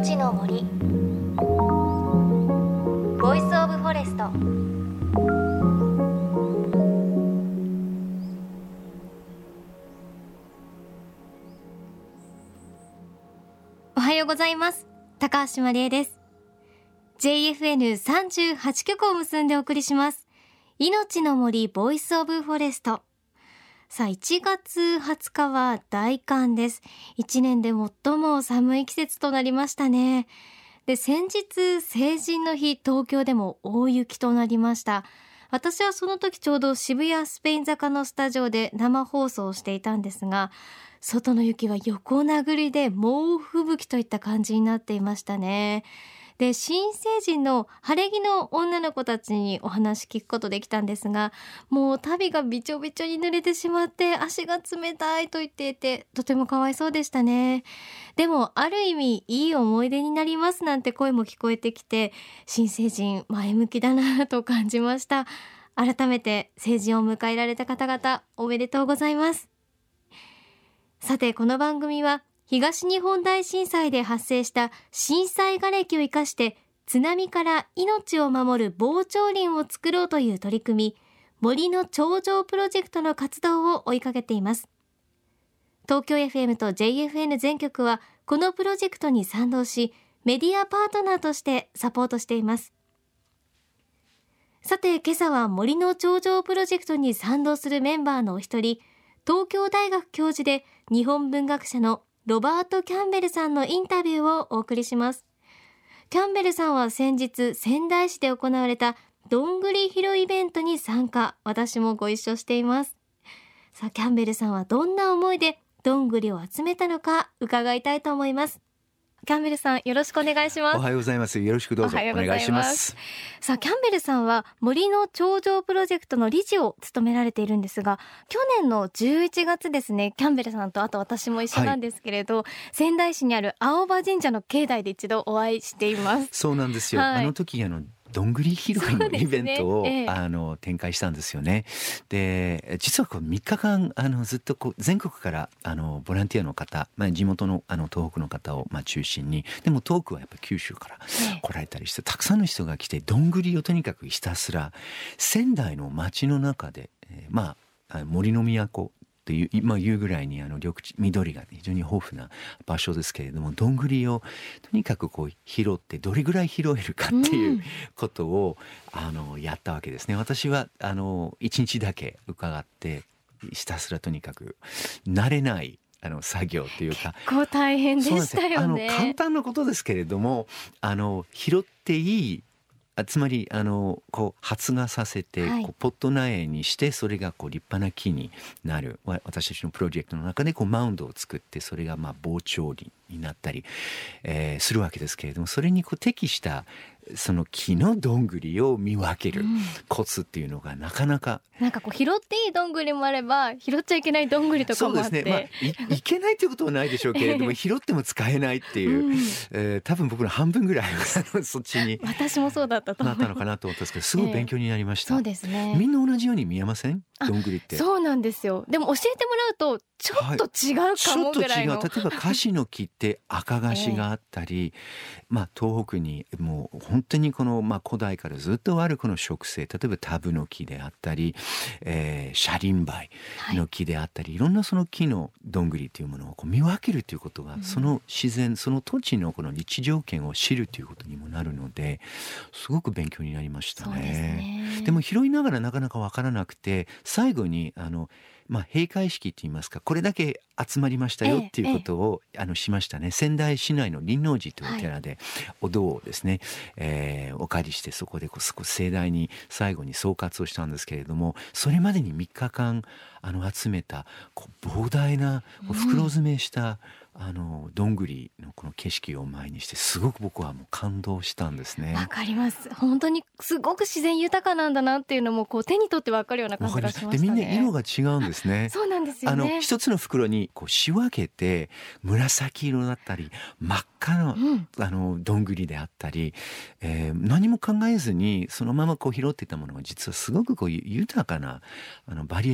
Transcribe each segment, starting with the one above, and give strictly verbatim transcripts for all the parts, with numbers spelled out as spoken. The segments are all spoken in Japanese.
命の森ボイスオブフォレスト。おはようございます。高橋真理恵です。 ジェイエフエヌさんじゅうはち 局を結んでお送りします命の森ボイスオブフォレスト。さあいちがつはつかは大寒です。いちねんで最も寒い季節となりましたね。で先日成人の日、東京でも大雪となりました。私はその時ちょうど渋谷スペイン坂のスタジオで生放送をしていたんですが、外の雪は横殴りで猛吹雪といった感じになっていましたね。で新成人の晴れ着の女の子たちにお話聞くことできたんですが、もう足袋がびちょびちょに濡れてしまって足が冷たいと言っていて、とてもかわいそうでしたね。でもある意味いい思い出になりますなんて声も聞こえてきて、新成人前向きだなと感じました。改めて成人を迎えられた方々おめでとうございます。さてこの番組は東日本大震災で発生した震災瓦礫を生かして津波から命を守る防潮林を作ろうという取り組み、森の頂上プロジェクトの活動を追いかけています。東京 エフエム と ジェイエフエヌ 全局はこのプロジェクトに賛同し、メディアパートナーとしてサポートしています。さて今朝は森の頂上プロジェクトに賛同するメンバーのお一人、東京大学教授で日本文学者のロバート・キャンベルさんのインタビューをお送りします。キャンベルさんは先日仙台市で行われたどんぐり拾いイベントに参加、私もご一緒しています。さあキャンベルさんはどんな思いでどんぐりを集めたのか伺いたいと思います。キャンベルさんよろしくお願いします。 おはようございます。よろしくどうぞお願いします。 さあキャンベルさんは森の頂上プロジェクトの理事を務められているんですが、去年のじゅういちがつですね、キャンベルさんとあと私も一緒なんですけれど、はい、仙台市にある青葉神社の境内で一度お会いしています。 そうなんですよ、はい、あの時あのどんぐり拾いのイベントを、 ねええ、 あの展開したんですよね。で実はこうみっかかんあのずっとこう全国からあのボランティアの方、まあ、地元の、あの東北の方を、まあ、中心に、でも遠くはやっぱ九州から来られたりして、たくさんの人が来てどんぐりをとにかくひたすら仙台の街の中で、えー、まあ森の都という今言うぐらいにあの緑地緑が非常に豊富な場所ですけれども、どんぐりをとにかくこう拾ってどれぐらい拾えるかっていうことを、うん、あのやったわけですね。私はあのいちにちだけ伺ってひたすらとにかく慣れないあの作業というか、 結構大変でしたよね。 あの簡単なことですけれども、あの拾っていい、つまりあのこう発芽させて、はい、こうポット苗にして、それがこう立派な木になる、私たちのプロジェクトの中でこうマウンドを作って、それがまあ防潮林になったり、えー、するわけですけれども、それにこう適したその木のどんぐりを見分けるコツっていうのがなかなか、 うん、なんかこう拾っていいどんぐりもあれば拾っちゃいけないどんぐりとかもあって、 そうですね、まあ、い, いけないということはないでしょうけれども拾っても使えないっていう、うん、えー、多分僕の半分ぐらいはそっちに私もそうだったと思います。 なったのかなと思ったんですけど、すごい勉強になりました、 えー、そうですね。 みんな同じように見えません？どんぐりって。 そうなんですよ。でも教えてもらうとちょっと違うかもぐらいの、 はい、ちょっと違う。例えばカシの木って赤カシがあったり、えー、まあ東北にもう本当にこの、まあ、古代からずっとあるこの植生、例えばタブの木であったり、えー、シャリンバイの木であったり、はい、いろんなその木のどんぐりというものをこう見分けるということが、うん、その自然、その土地のこの日常圏を知るということにもなるので、すごく勉強になりましたね。 そうですね。 でも拾いながらなかなか分からなくて、最後にあのまあ、閉会式といいますか、これだけ集まりましたよっていうことを、ええ、あのしましたね。仙台市内の輪王寺というお寺でお堂をですね、はい、えー、お借りして、そこでこう少し盛大に最後に総括をしたんですけれども、それまでにみっかかんあの集めたこう膨大なこう袋詰めした、うん、あのどんぐりのこの景色を前にして、すごく僕はもう感動したんですね。 わかります。本当にすごく自然豊かなんだなっていうのもこう手に取ってわかるような感じがしましたね。 でみんな色が違うんですね。 そうなんですよね。 あの一つの袋にこう仕分けて、紫色だったり真っ赤な、うん、あのどんぐりであったり、えー、何も考えずにそのままこう拾っていたものが、実はすごくこう豊かなあのバリエーション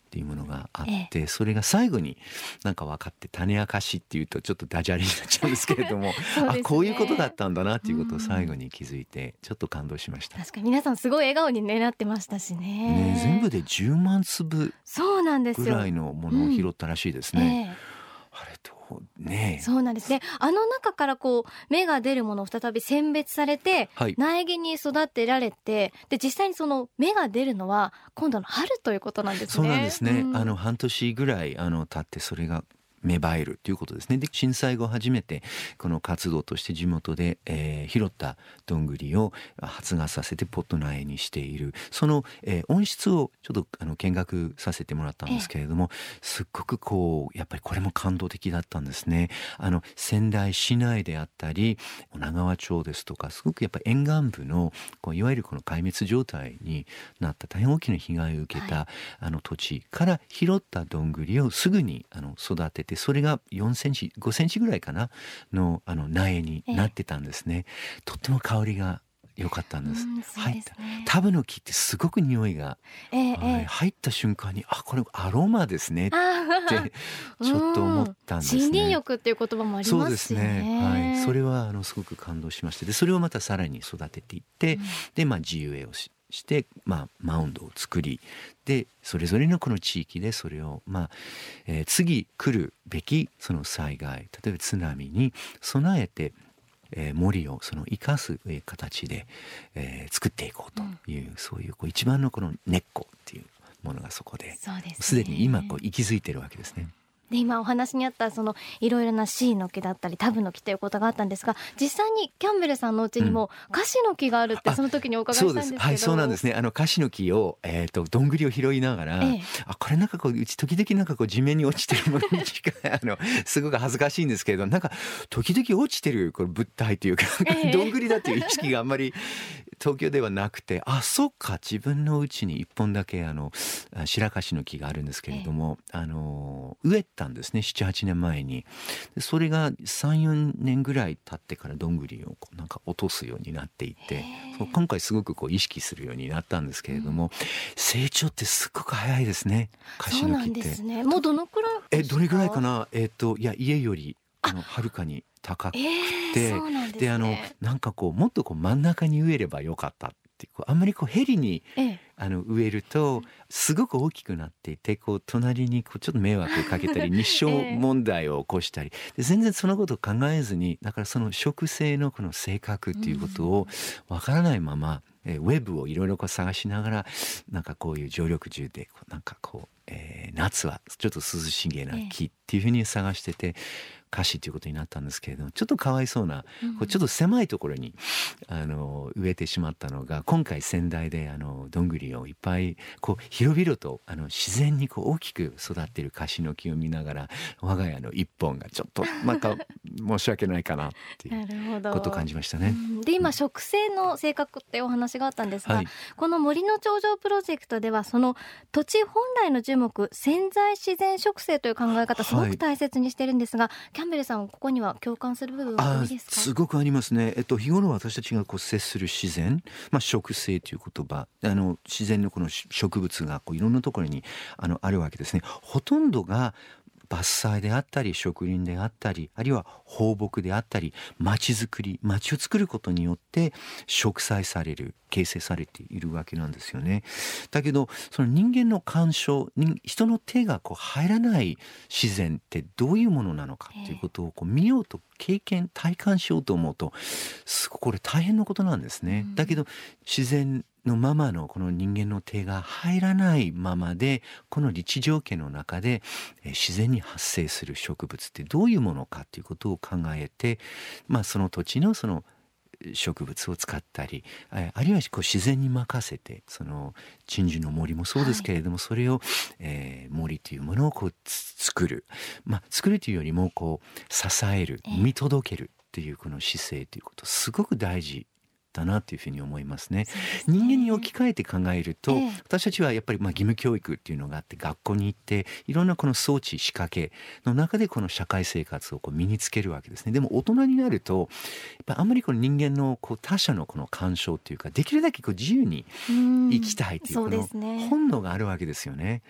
っていうものがあって、ええ、それが最後になんか分かって、種明かしっていうとちょっとダジャレになっちゃうんですけれども、ね、あこういうことだったんだなっていうことを最後に気づいてちょっと感動しました。 確かに皆さんすごい笑顔に、ね、なってましたし ね, ね全部でじゅうまんつぶぐらいのものを拾ったらしいですね。 うんええ、 あれとね、 そうなんですね。あの中からこう芽が出るものを再び選別されて、はい、苗木に育てられて、で実際にその芽が出るのは今度の春ということなんですね。 そうなんですね、うん、あの半年ぐらいあの経ってそれが芽生えるということですね。で震災後初めてこの活動として地元で、えー、拾ったどんぐりを発芽させてポット苗にしている、その、えー、温室をちょっとあの見学させてもらったんですけれども、すっごくこうやっぱりこれも感動的だったんですね。あの仙台市内であったり女川町ですとか、すごくやっぱり沿岸部のこういわゆるこの壊滅状態になった大変大きな被害を受けた、はい、あの土地から拾ったどんぐりをすぐにあの育てて、それがよんセンチごセンチぐらいかな の, あの苗になってたんですね、えー、とっても香りが良かったんです。 うん、そうですね、 入ったタブの木ってすごく匂いが、えーはい、入った瞬間にあこれアロマですねってちょっと思ったんですね。 森林浴っていう言葉もありますしね。 そうですね、はい、それはあのすごく感動しまして、でそれをまたさらに育てていって、うん、でまあ地植えをしして、まあ、マウンドを作り、でそれぞれのこの地域でそれを、まあえー、次来るべきその災害、例えば津波に備えて、えー、森をその生かす形で、えー、作っていこうという、うん、そういう、こう一番のこの根っこっていうものがそこで、そうですね、すでに今こう息づいてるわけですね。 で今お話にあったそのいろいろなシイの木だったりタブの木ということがあったんですが、実際にキャンベルさんのお家にもカシの木があるって、その時にお伺いしたんですけど。 はい、そうなんですね。あのカシの木を、えー、とどんぐりを拾いながら、ええ、あこれなんかこううち時々なんかこう地面に落ちてるものに近いあのすごく恥ずかしいんですけれど、なんか時々落ちてるこれ物体というか、ええ、どんぐりだっていう意識があんまり東京ではなくて、あそっか自分のうちに一本だけあの白樫の木があるんですけれども、ええ、あの植えたんですね、ななはちねんまえに。でそれがさんよねんぐらい経ってからどんぐりをこうなんか落とすようになっていて、そう今回すごくこう意識するようになったんですけれども、うん、成長ってすっごく早いですね、カシの木って。そうなんですね。 もうどのくらいえどれぐらいかな、えっといや家よりあのはるかに高くて、えー、そうなんですね。であのなんかこうもっとこう真ん中に植えればよかったってこうあんまりこうヘリに、ええ、あの植えるとすごく大きくなっていて、こう隣にこうちょっと迷惑をかけたり日照問題を起こしたり、で全然そのことを考えずに、だからその植生のこの性格っていうことをわからないまま、えー、ウェブをいろいろこう探しながら、なんかこういう常緑樹でこうなんかこう、えー、夏はちょっと涼しげな木っていうふうに探してて、カシということになったんですけれども、ちょっとかわいそうな、うん、こうちょっと狭いところにあの植えてしまったのが、今回仙台であのどんぐりをいっぱいこう広々とあの自然にこう大きく育っているカシの木を見ながら、我が家の一本がちょっとなんか申し訳ないかなっていうことを感じましたね。 で今植生の性格ってお話があったんですが、はい、この森の頂上プロジェクトではその土地本来の樹木潜在自然植生という考え方すごく大切にしてるんですが、はい、キャンベルさんここには共感する部分は多いですか？ すごくありますね。えっと、日頃私たちがこう接する自然、まあ、植生という言葉、あの自然のこの植物がこういろんなところにあのあるわけですね。ほとんどが伐採であったり植林であったり、あるいは放牧であったり、町づくり町を作ることによって植栽される形成されているわけなんですよね。だけどその人間の干渉、人の手がこう入らない自然ってどういうものなのかということをこう見ようと経験体感しようと思うと、すごくこれ大変なことなんですね。だけど自然のままのこの人間の手が入らないままで、この立地条件の中で自然に発生する植物ってどういうものかということを考えて、まあ、その土地のその植物を使ったり、あるいはこう自然に任せて、その鎮守の森もそうですけれども、はい、それを、えー、森というものをこう作る、まあ、作るというよりもこう支える、見届けるっていうこの姿勢ということ、すごく大事だなというふうに思いますね。人間に置き換えて考えると、ええ、私たちはやっぱりまあ義務教育っていうのがあって、学校に行っていろんなこの装置仕掛けの中でこの社会生活をこう身につけるわけですね。でも大人になるとやっぱあんまりこの人間のこう他者のこの干渉っていうか、できるだけこう自由に生きたいというこの本能があるわけですよね。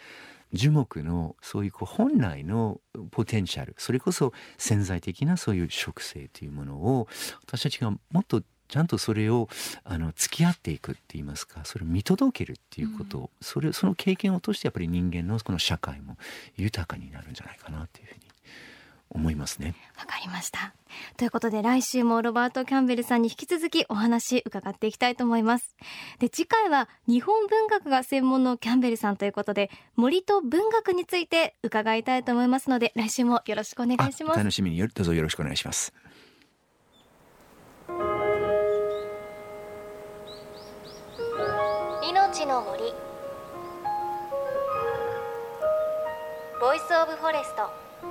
樹木のそういうこう本来のポテンシャル、それこそ潜在的なそういう植生というものを私たちがもっとちゃんとそれをあの付き合っていくって言いますか、それを見届けるっていうことを、うん、それその経験を通してやっぱり人間のこの社会も豊かになるんじゃないかなというふうに思いますね。 わかりました。ということで来週もロバート・キャンベルさんに引き続きお話伺っていきたいと思います。で、次回は日本文学が専門のキャンベルさんということで、森と文学について伺いたいと思いますので、来週もよろしくお願いします。 楽しみにどうぞよろしくお願いします。 命の森ボイスオブフォレスト。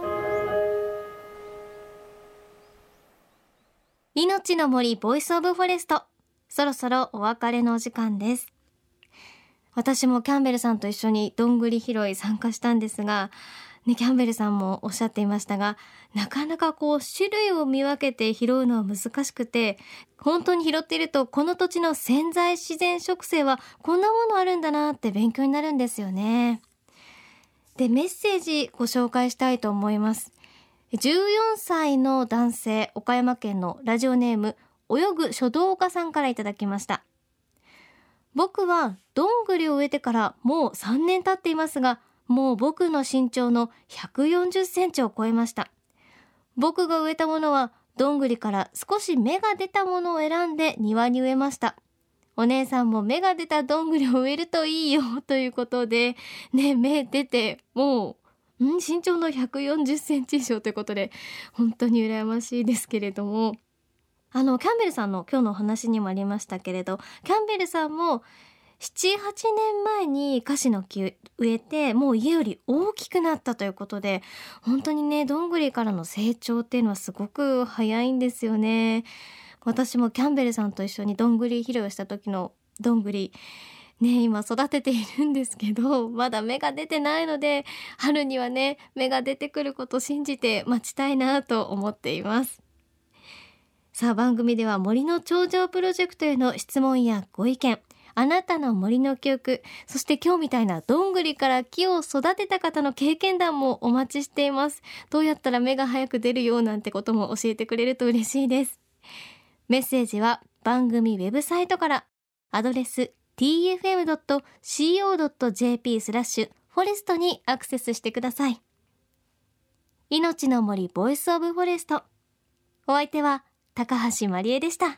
命の森ボイスオブフォレスト、そろそろお別れのお時間です。私もキャンベルさんと一緒にどんぐり拾い参加したんですが、ね、キャンベルさんもおっしゃっていましたが、なかなかこう種類を見分けて拾うのは難しくて、本当に拾っているとこの土地の潜在自然植生はこんなものあるんだなって勉強になるんですよね。で、メッセージご紹介したいと思います。じゅうよんさいの男性、岡山県のラジオネーム泳ぐ書道家さんからいただきました。僕はどんぐりを植えてからもうさんねん経っていますが、もう僕の身長のひゃくよんじゅっセンチを超えました。僕が植えたものはどんぐりから少し芽が出たものを選んで庭に植えました。お姉さんも芽が出たどんぐりを植えるといいよということでね、芽出てもうん身長のひゃくよんじゅっセンチ以上ということで本当に羨ましいですけれども、あのキャンベルさんの今日のお話にもありましたけれど、キャンベルさんもななはちねんまえにカシの木植えてもう家より大きくなったということで、本当にねどんぐりからの成長っていうのはすごく早いんですよね。私もキャンベルさんと一緒にどんぐり拾いをした時のどんぐりね、今育てているんですけど、まだ芽が出てないので春にはね芽が出てくることを信じて待ちたいなと思っています。さあ、番組では森の頂上プロジェクトへの質問やご意見、あなたの森の記憶、そして今日みたいなどんぐりから木を育てた方の経験談もお待ちしています。どうやったら芽が早く出るようなんてことも教えてくれると嬉しいです。メッセージは番組ウェブサイトから、アドレス ティーエフエムドットコードットジェーピー スラッシュフォレストにアクセスしてください。命の森ボイスオブフォレスト、お相手は高橋まりえでした。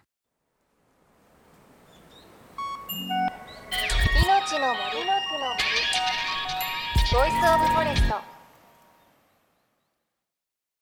命の森ボイスオブフォレスト。